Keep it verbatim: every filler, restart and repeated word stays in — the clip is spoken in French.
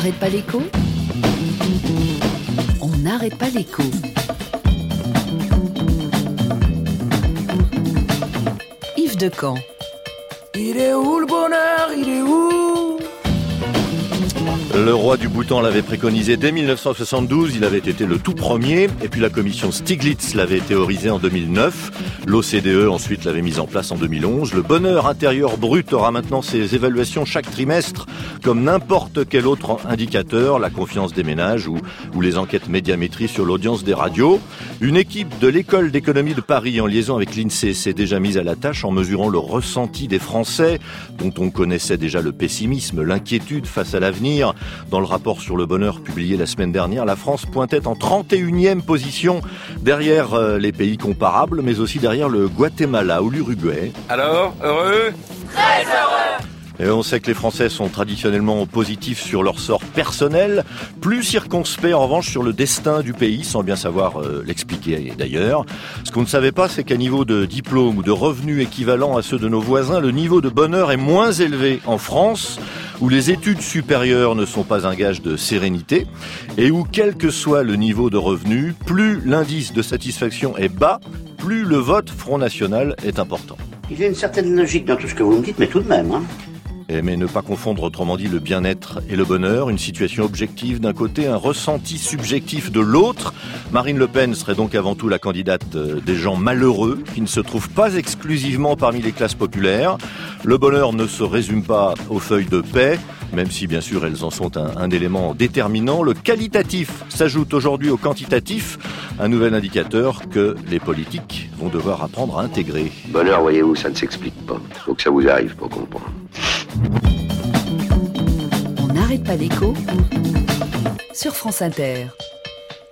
n'arrête pas l'écho. On n'arrête pas l'écho. Yves Decamp. Il est où le bonheur? Il est où? Le roi du Bhoutan l'avait préconisé dès mille neuf cent soixante-douze, il avait été le tout premier, et puis la commission Stiglitz l'avait théorisé en deux mille neuf, l'O C D E ensuite l'avait mise en place en deux mille onze. Le bonheur intérieur brut aura maintenant ses évaluations chaque trimestre, comme n'importe quel autre indicateur, la confiance des ménages ou, ou les enquêtes médiamétrie sur l'audience des radios. Une équipe de l'école d'économie de Paris en liaison avec l'INSEE s'est déjà mise à la tâche en mesurant le ressenti des Français, dont on connaissait déjà le pessimisme, l'inquiétude face à l'avenir. Dans le rapport sur le bonheur publié la semaine dernière, la France pointait en trente et unième position derrière euh, les pays comparables, mais aussi derrière le Guatemala ou l'Uruguay. Alors, heureux? Très heureux! Et on sait que les Français sont traditionnellement positifs sur leur sort personnel, plus circonspects en revanche sur le destin du pays, sans bien savoir euh, l'expliquer d'ailleurs. Ce qu'on ne savait pas, c'est qu'à niveau de diplôme ou de revenus équivalents à ceux de nos voisins, le niveau de bonheur est moins élevé en France, où les études supérieures ne sont pas un gage de sérénité, et où quel que soit le niveau de revenu, plus l'indice de satisfaction est bas, plus le vote Front National est important. Il y a une certaine logique dans tout ce que vous me dites, mais tout de même, hein. Mais ne pas confondre autrement dit le bien-être et le bonheur, une situation objective d'un côté, un ressenti subjectif de l'autre. Marine Le Pen serait donc avant tout la candidate des gens malheureux, qui ne se trouvent pas exclusivement parmi les classes populaires. Le bonheur ne se résume pas aux feuilles de paix, même si bien sûr elles en sont un, un élément déterminant. Le qualitatif s'ajoute aujourd'hui au quantitatif, un nouvel indicateur que les politiques vont devoir apprendre à intégrer. Bonheur, voyez-vous, ça ne s'explique pas. Il faut que ça vous arrive pour comprendre. On n'arrête pas l'écho sur France Inter.